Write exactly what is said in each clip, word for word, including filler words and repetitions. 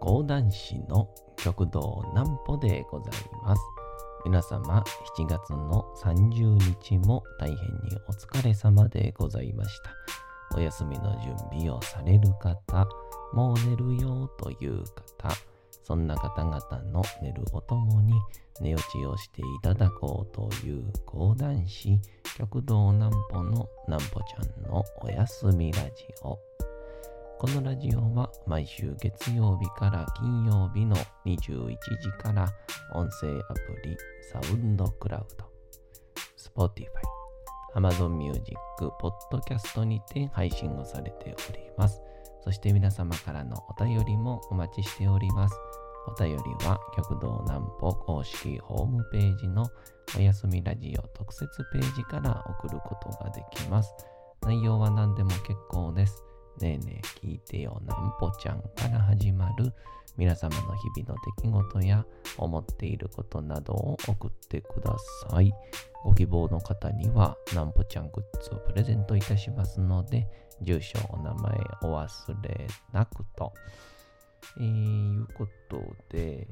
講談師の極道南歩でございます。皆様しちがつのさんじゅうにちも大変にお疲れ様でございました。お休みの準備をされる方、もう寝るよという方、そんな方々の寝るおともに寝落ちをしていただこうという講談師極道南歩の南歩ちゃんのおやすみラジオ。このラジオは毎週月曜日から金曜日のにじゅういちじから音声アプリサウンドクラウド、Spotify、Amazon Music、Podcast にて配信をされております。そして皆様からのお便りもお待ちしております。お便りは極道南歩公式ホームページのおやすみラジオ特設ページから送ることができます。内容は何でも結構です。ねえねえ聞いてよ南歩ちゃんから始まる皆様の日々の出来事や思っていることなどを送ってください。ご希望の方には南歩ちゃんグッズをプレゼントいたしますので、住所お名前お忘れなくと、えー、いうことで、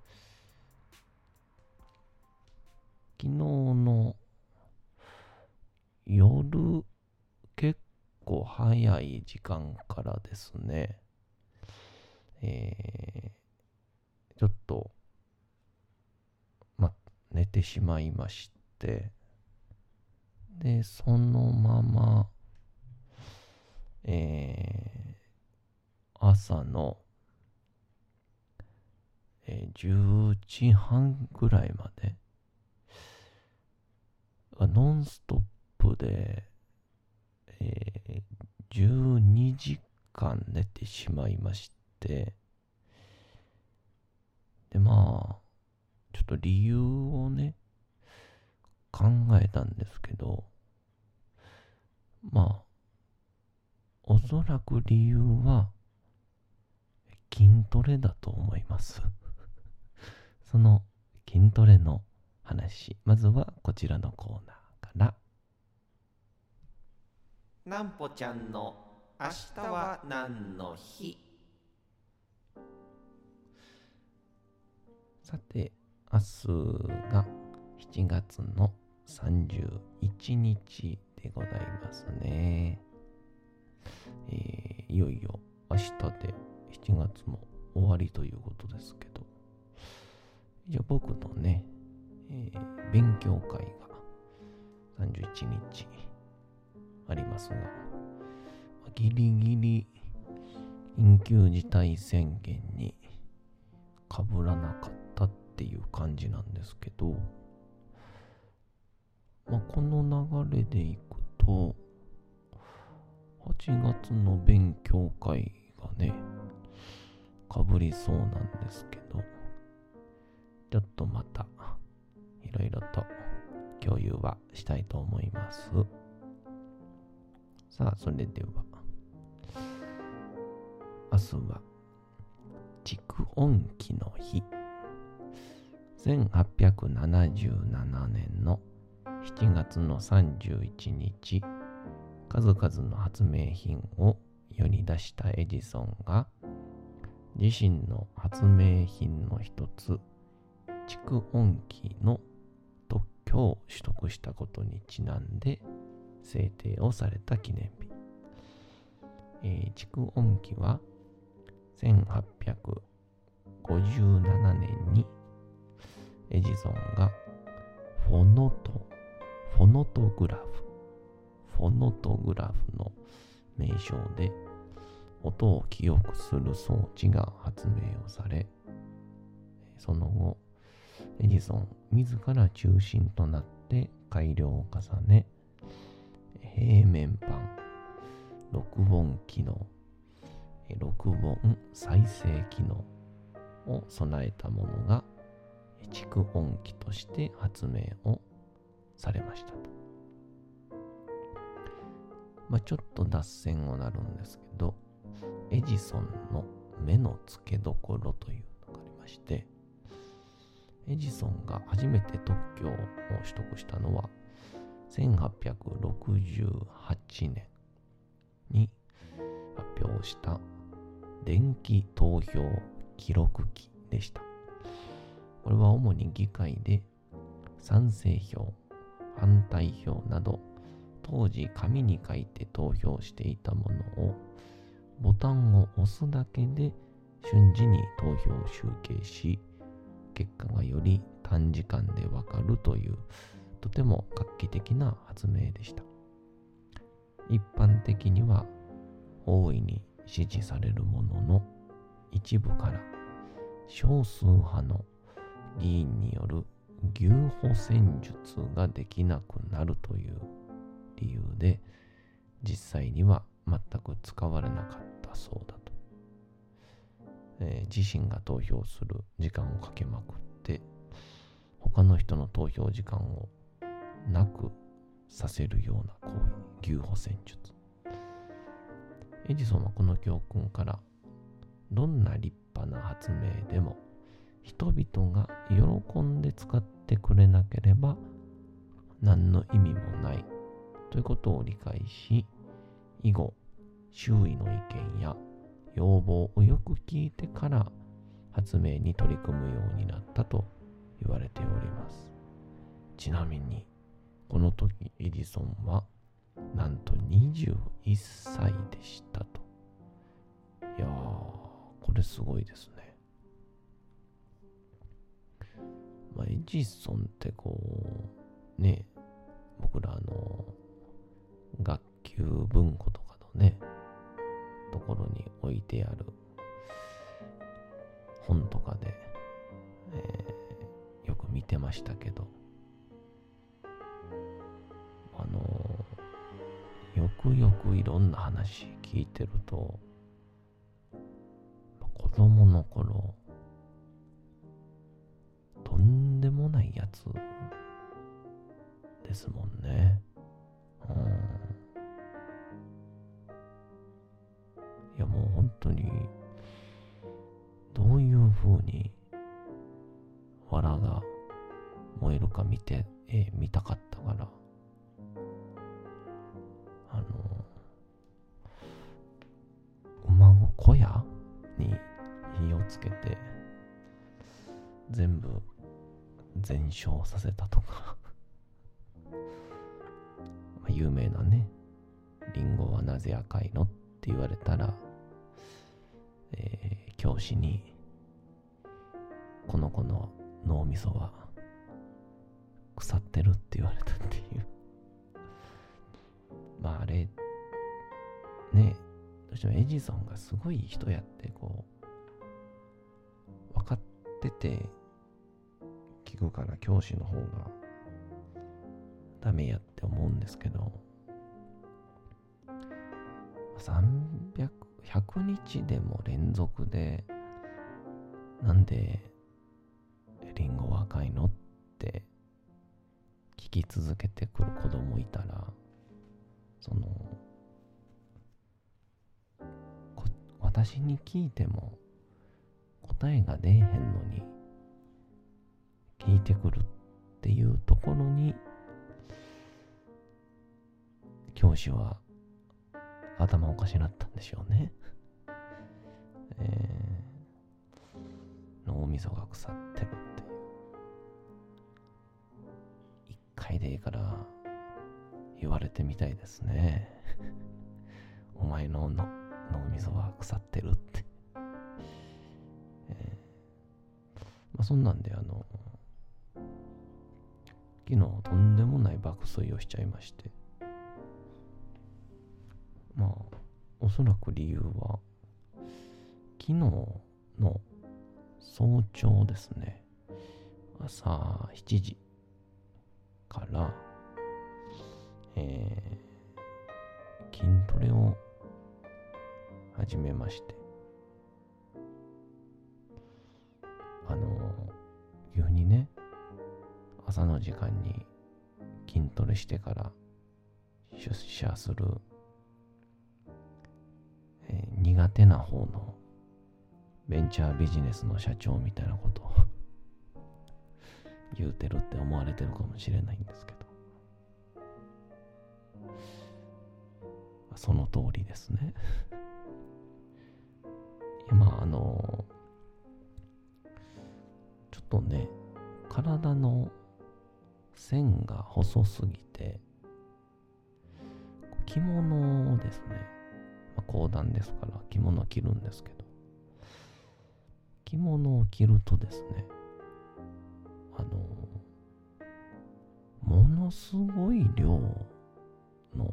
昨日の夜結構早い時間からですね、えー、ちょっと、ま、寝てしまいまして、で、そのまま、えー、朝の、えー、じゅうじはんぐらいまで、ノンストップで、えー、じゅうにじかん寝てしまいまして、で、まあ、ちょっと理由をね、考えたんですけど、まあ、おそらく理由は筋トレだと思います。その筋トレの話、まずはこちらのコーナーから。 南歩ちゃんの明日は何の日。 さて、明日がしちがつのさんじゅういちにちでございますね。えー、いよいよ明日でしちがつも終わりということですけど、じゃあ僕のね、えー、勉強会がさんじゅういちにちありますが、ギリギリ緊急事態宣言に被らなかったっていう感じなんですけど、まあ、この流れでいくとはちがつの勉強会がね被りそうなんですけど、ちょっとまたいろいろと共有はしたいと思います。さあ、それでは明日は蓄音機の日。せんはっぴゃくななじゅうななねんのしちがつのさんじゅういちにち、数々の発明品を世に出したエジソンが自身の発明品の一つ、蓄音機の特許を取得したことにちなんで制定をされた記念日。えー、蓄音機はせんはっぴゃくごじゅうななねんにエジソンがフォノト、フォノトグラフ、フォノトグラフの名称で音を記憶する装置が発明をされ、その後エジソン自ら中心となって改良を重ね、平面板、録音機能、録音再生機能を備えたものが蓄音機として発明をされましたと。まあ、ちょっと脱線をなるんですけど、エジソンの目の付けどころというのがありまして、エジソンが初めて特許を取得したのはせんはっぴゃくろくじゅうはちねんに発表した電気投票記録機でした。これは主に議会で賛成票、反対票など当時紙に書いて投票していたものをボタンを押すだけで瞬時に投票を集計し、結果がより短時間でわかるというとても画期的な発明でした。一般的には大いに支持されるものの、一部から少数派の議員による牛歩戦術ができなくなるという理由で実際には全く使われなかったそうだと、えー、自身が投票する時間をかけまくって他の人の投票時間をなくさせるような行為、牛歩戦術。エジソンはこの教訓から、どんな立派な発明でも人々が喜んで使ってくれなければ何の意味もないということを理解し、以後周囲の意見や要望をよく聞いてから発明に取り組むようになったと言われております。ちなみにこの時エジソンはなんとにじゅういっさいでしたと。いやー、これすごいですね。まあ、エジソンってこうね、僕らあの学級文庫とかのねところに置いてある本とかで、えー、よく見てましたけど、あのー、よくよくいろんな話聞いてると、子供の頃とんでもないやつですもんね。うん、いやもう本当にどういう風に藁が燃えるか見て、えー、見たかったから、あの馬の小屋に火をつけて全部全焼させたとか有名なね、リンゴはなぜ赤いのって言われたら、えー、教師にこの子の脳みそは腐ってるって言われたっていうまああれね、どうしてもエジソンがすごい人やってこう分かってて聞くから教師の方がダメやって思うんですけど、さんびゃく、ひゃくにちでも連続でなんでリンゴは赤いのって聞き続けてくる子供いたら、その私に聞いても答えが出えへんのに聞いてくるっていうところに教師は頭おかしなったんでしょうね。えー、脳みそが腐ってるっていう。一回でいいから言われてみたいですね。お前のの脳みそは腐ってるって。えー、まあそんなんであの昨日とんでもない爆睡をしちゃいまして、まあおそらく理由は昨日の早朝ですね、朝しちじから、えー、筋トレを始めまして、あの急にね朝の時間に筋トレしてから出社する、えー、苦手な方のベンチャービジネスの社長みたいなことを言うてるって思われてるかもしれないんですけど、その通りですね。いやまああのとね、体の線が細すぎて、着物をですね、まあ、講談ですから着物を着るんですけど、着物を着るとですね、あのものすごい量の、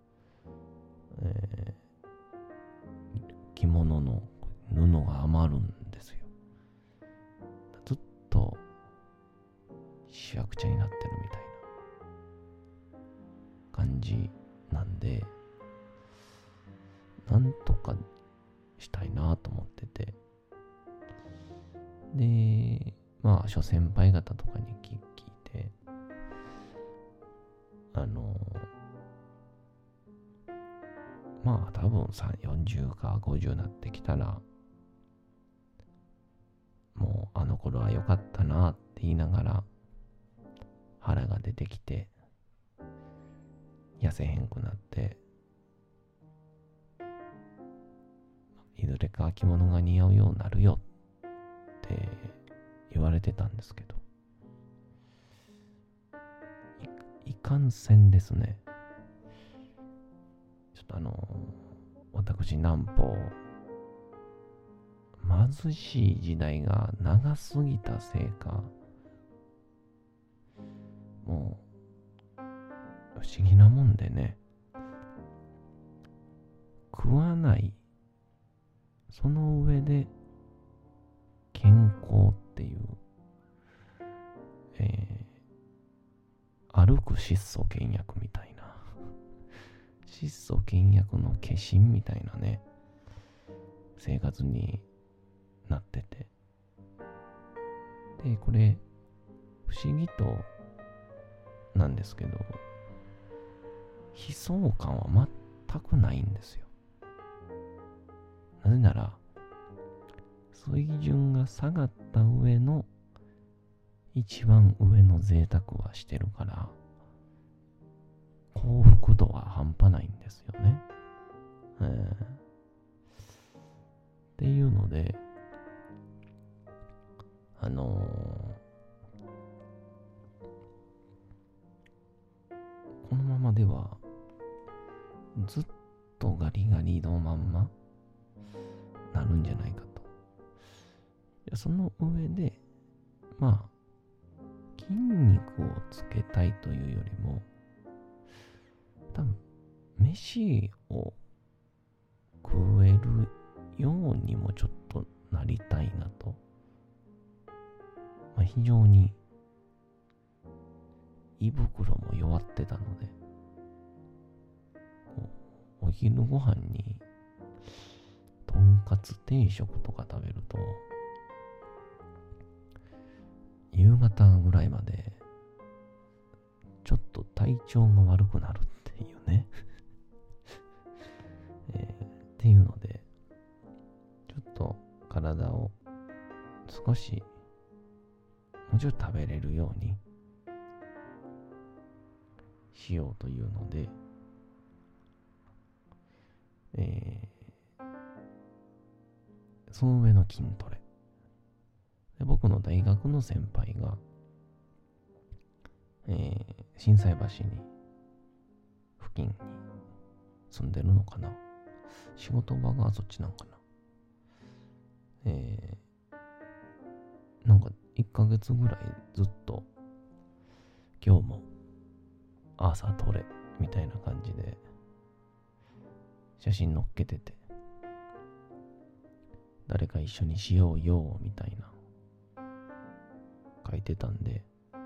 えー、着物の布が余るんですよ。ずっとしわくちゃになってるみたいな感じなんで、なんとかしたいなと思ってて、でまあ諸先輩方とかに聞いて、あのまあ多分よんじゅうかごじゅうになってきたら、もうあの頃は良かったなって言いながら腹が出てきて痩せへんくなって、いずれか着物が似合うようになるよって言われてたんですけど、い, いかんせんですね。ちょっとあの私南方貧しい時代が長すぎたせいか、もう不思議なもんでね、食わない、その上で健康っていう、えー、歩く質素倹約みたいな、質素倹約の化身みたいなね、生活になってて、でこれ不思議となんですけど、悲壮感は全くないんですよ。なぜなら水準が下がった上の一番上の贅沢はしてるから、幸福度は半端ないんですよね。えー、っていうので、あのー、このままではずっとガリガリのまんまなるんじゃないかと。その上で、まあ筋肉をつけたいというよりも、多分飯を食えるようにもちょっとなりたいなと。まあ、非常に胃袋も弱ってたので、お昼ご飯にとんかつ定食とか食べると、夕方ぐらいまでちょっと体調が悪くなるっていうね、えー、っていうので、ちょっと体を少しもうちょっと食べれるようにしようというので、えー、その上の筋トレで、僕の大学の先輩が、えー、心斎橋に付近に住んでるのかな、仕事場がそっちなんかな、えー、なんかいっかげつぐらいずっと今日も朝撮れみたいな感じで写真載っけてて、誰か一緒にしようよみたいな書いてたんで、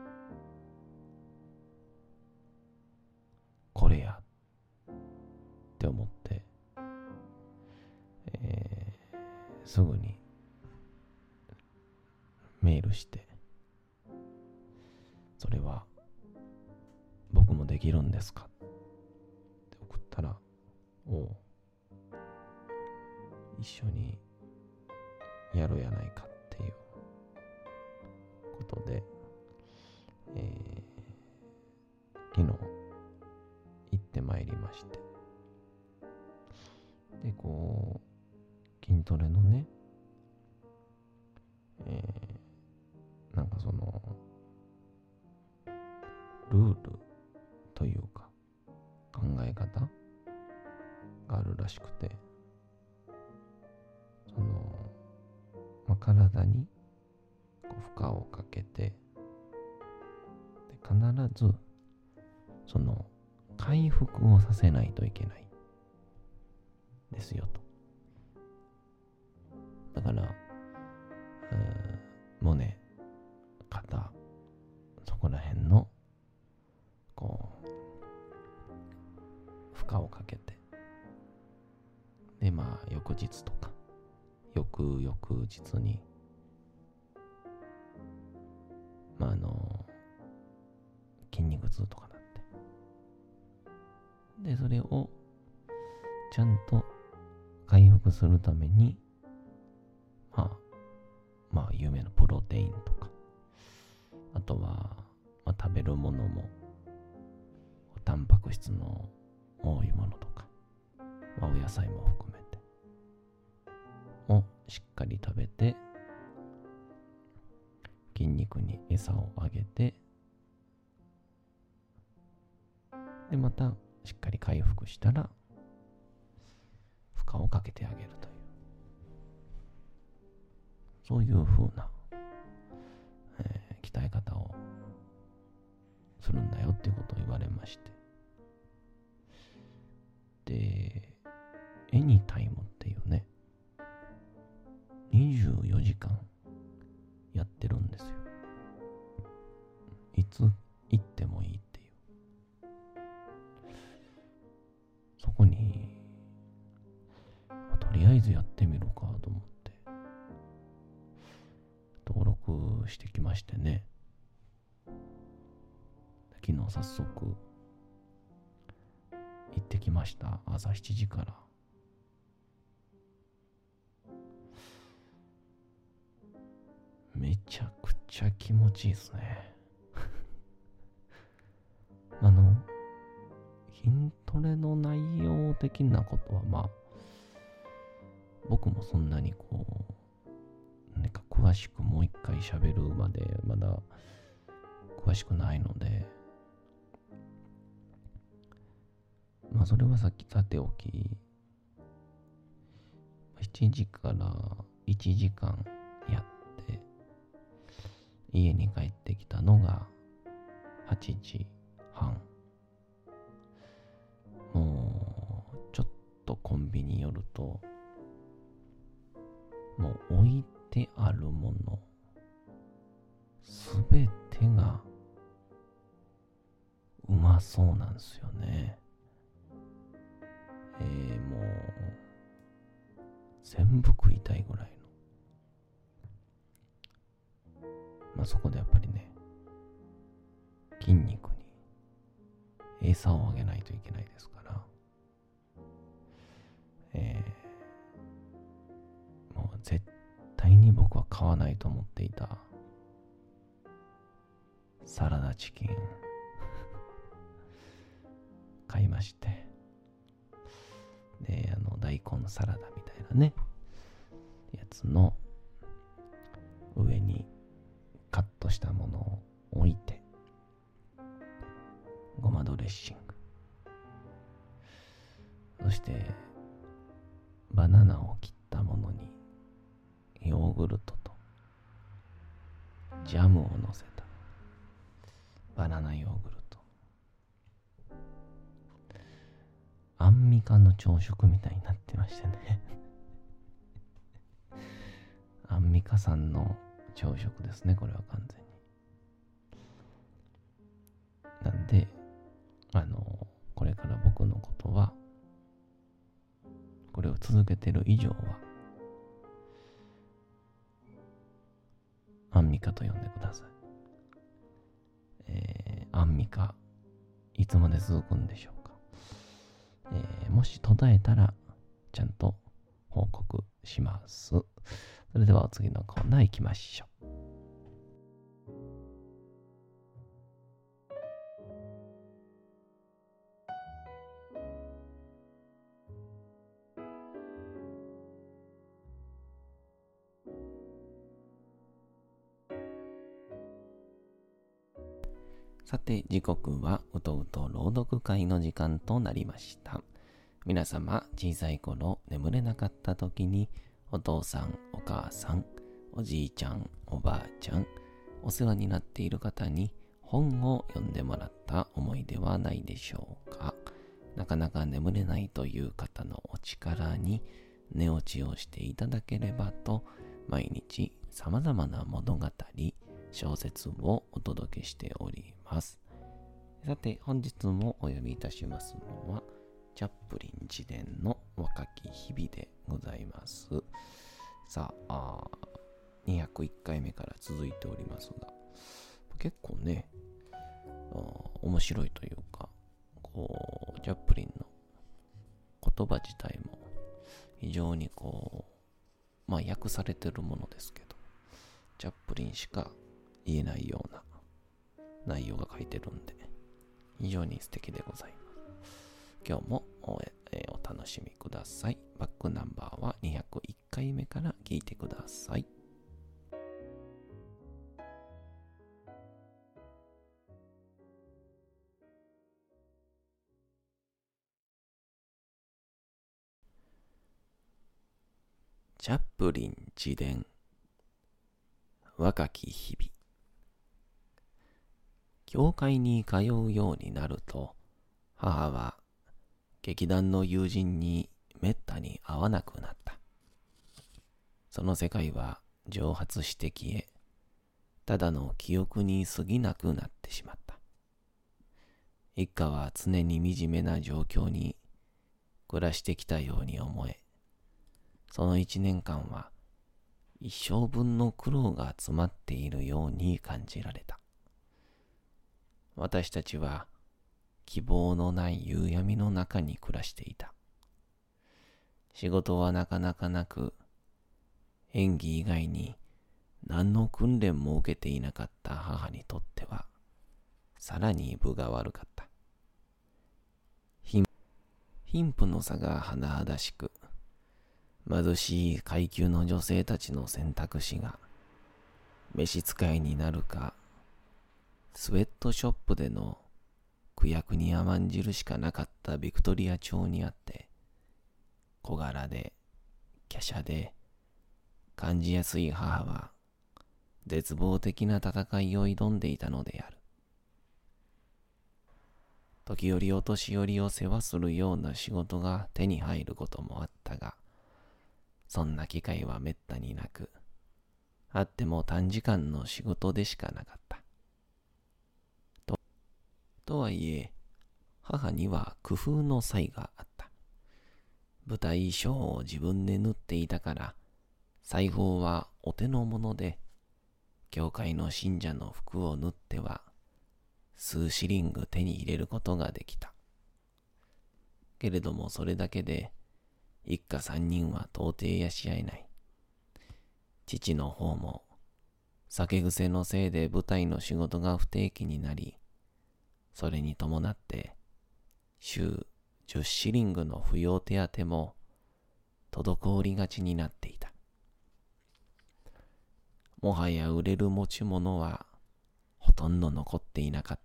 これやって思って、えー、すぐにメールして、それは僕もできるんですかって送ったら、おう、一緒にやろうやないかっていうことで、えー、昨日行ってまいりまして、でこう筋トレのね、えー、 らしくて、その、まあ、体にこう負荷をかけて、で必ずその回復をさせないといけないですよと。だから、胸、肩、そこら辺のこう負荷をかけて、でまあ翌日とか翌々日にまああの筋肉痛とかなって、でそれをちゃんと回復するためにまあまあ有名なプロテインとか、あとは、まあ、食べるものもタンパク質の多いものとか、まあ、お野菜も含めてをしっかり食べて、筋肉に餌をあげて、でまたしっかり回復したら負荷をかけてあげるという、そういう風な、えー、鍛え方をするんだよっていうことを言われまして、でエニタイムっていうね、にじゅうよじかんやってるんですよ。いつ行ってもいいっていう。そこにとりあえずやってみるかと思って登録してきましてね、昨日早速行ってきました。朝しちじから。めちゃくちゃ気持ちいいですね。あの筋トレの内容的なことはまあ僕もそんなにこう何か詳しくもう一回喋るまでまだ詳しくないので、まあそれはさっきさておき、しちじからいちじかんやって家に帰ってきたのがはちじはん。もうちょっとコンビニ寄るともう置いてあるものすべてがうまそうなんですよね。えー、もう全部食いたいぐらいの、まあそこでやっぱりね、筋肉に餌をあげないといけないですから、えー、もう絶対に僕は買わないと思っていたサラダチキン買いまして、であの大根サラダみたいなねやつの上にカットしたものを置いて、ごまドレッシング、そしてバナナを切ったものにヨーグルトとジャムを乗せたバナナヨーグルト、アンミカの朝食みたいになってましたねアンミカさんの朝食ですね、これは完全に。なんであのこれから僕のことは、これを続けてる以上はアンミカと呼んでください。えー、アンミカいつまで続くんでしょうか。えー、もし途絶えたらちゃんと報告します。それではお次のコーナー行きましょう。さて時刻はうとうと朗読会の時間となりました。 皆様、小さい頃眠れなかった時にお父さん、お母さん、おじいちゃん、おばあちゃん、お世話になっている方に本を読んでもらった思いではないでしょうか。なかなか眠れないという方のお力に寝落ちをしていただければと、毎日様々な物語、小説をお届けしております。さて、本日もお読みいたしますのは、チャップリン自伝の若き日々でございます。さあ、あにひゃくいっかいめから続いておりますが、結構ね、面白いというか、こうチャップリンの言葉自体も非常にこう、まあ訳されてるものですけど、チャップリンしか言えないような内容が書いてるんで、非常に素敵でございます。今日も お, えお楽しみください。バックナンバーはにひゃくいっかいめから聞いてください。チャップリン自伝若き日々。教会に通うようになると、母は劇団の友人にめったに会わなくなった。その世界は蒸発して消え、ただの記憶に過ぎなくなってしまった。一家は常に惨めな状況に暮らしてきたように思え、その一年間は一生分の苦労が詰まっているように感じられた。私たちは希望のない夕闇の中に暮らしていた。仕事はなかなかなく、演技以外に何の訓練も受けていなかった母にとっては、さらに分が悪かった。貧富の差が甚だしく、貧しい階級の女性たちの選択肢が、召使いになるか、スウェットショップでの苦役に甘んじるしかなかったビクトリア朝にあって、小柄で、華奢で、感じやすい母は、絶望的な戦いを挑んでいたのである。時折お年寄りを世話するような仕事が手に入ることもあったが、そんな機会はめったになく、あっても短時間の仕事でしかなかった。と、とはいえ、母には工夫の才があった。舞台衣装を自分で縫っていたから、裁縫はお手の物で、教会の信者の服を縫っては、数シリング手に入れることができた。けれどもそれだけで、一家三人は到底養えない。父の方も、酒癖のせいで舞台の仕事が不定期になり、それに伴って、週十シリングの扶養手当も、滞りがちになっていた。もはや売れる持ち物は、ほとんど残っていなかった。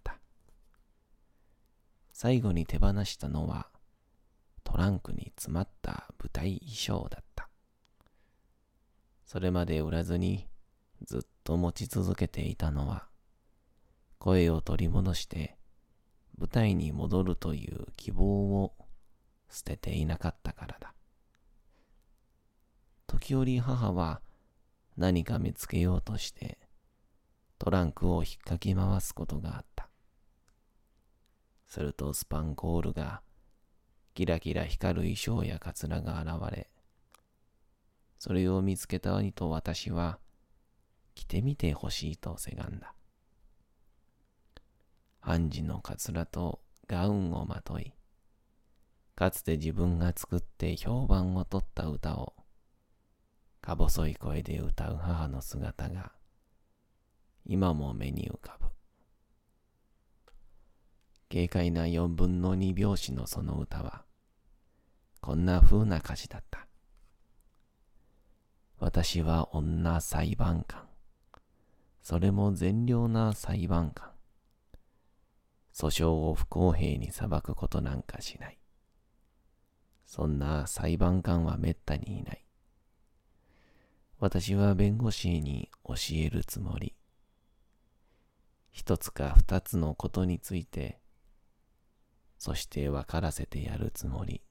最後に手放したのは、トランクに詰まった舞台衣装だった。それまで売らずにずっと持ち続けていたのは、声を取り戻して舞台に戻るという希望を捨てていなかったからだ。時折母は何か見つけようとしてトランクを引っかき回すことがあった。するとスパンコールがキラキラ光る衣装やカツラが現れ、それを見つけた兄と私は着てみてほしいとせがんだ。判事のカツラとガウンをまとい、かつて自分が作って評判を取った歌をか細い声で歌う母の姿が今も目に浮かぶ。軽快な四分の二拍子のその歌はこんな風な歌詞だった。私は女裁判官、それも善良な裁判官。訴訟を不公平に裁くことなんかしない。 そんな裁判官はめったにいない。私は弁護士に教えるつもり。一つか二つのことについて、そして分からせてやるつもり。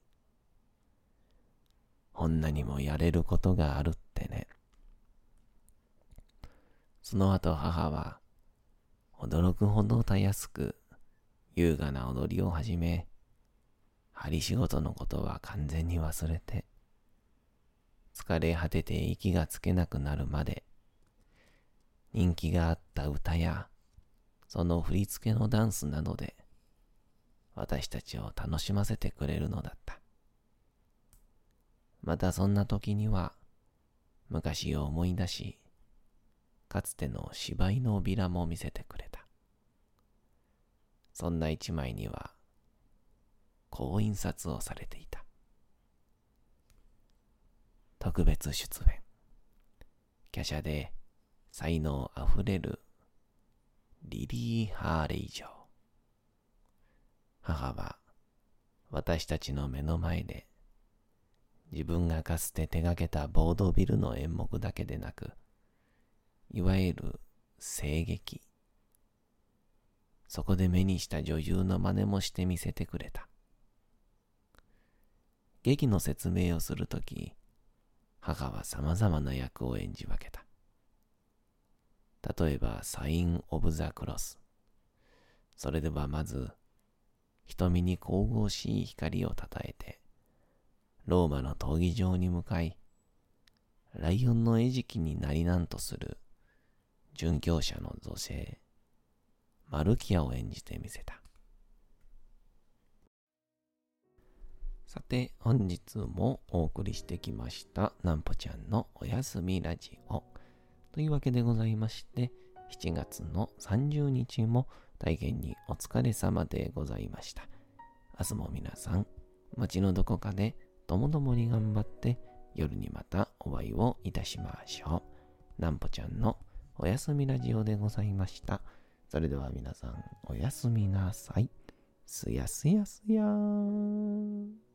女にもやれることがあるってね。その後母は、驚くほどたやすく優雅な踊りを始め、針仕事のことは完全に忘れて、疲れ果てて息がつけなくなるまで、人気があった歌や、その振り付けのダンスなどで、私たちを楽しませてくれるのだった。またそんな時には、昔を思い出し、かつての芝居のビラも見せてくれた。そんな一枚には、こう印刷をされていた。特別出演。華奢で才能あふれるリリー・ハーレイ嬢。母は私たちの目の前で自分がかつて手がけたボードビルの演目だけでなく、いわゆる声劇、そこで目にした女優の真似もしてみせてくれた。劇の説明をするとき、母は様々な役を演じ分けた。例えば、サイン・オブ・ザ・クロス。それではまず、瞳に神々しい光をたたえて、ローマの闘技場に向かい、ライオンの餌食になりなんとする殉教者の女性、マルキアを演じてみせた。さて、本日もお送りしてきましたなんぽちゃんのおやすみラジオというわけでございまして、しちがつのさんじゅうにちも大変にお疲れ様でございました。明日も皆さん、街のどこかでともどもに頑張って夜にまたお会いをいたしましょう。なんぽちゃんのおやすみラジオでございました。それでは皆さんおやすみなさい。すやすやすやーん。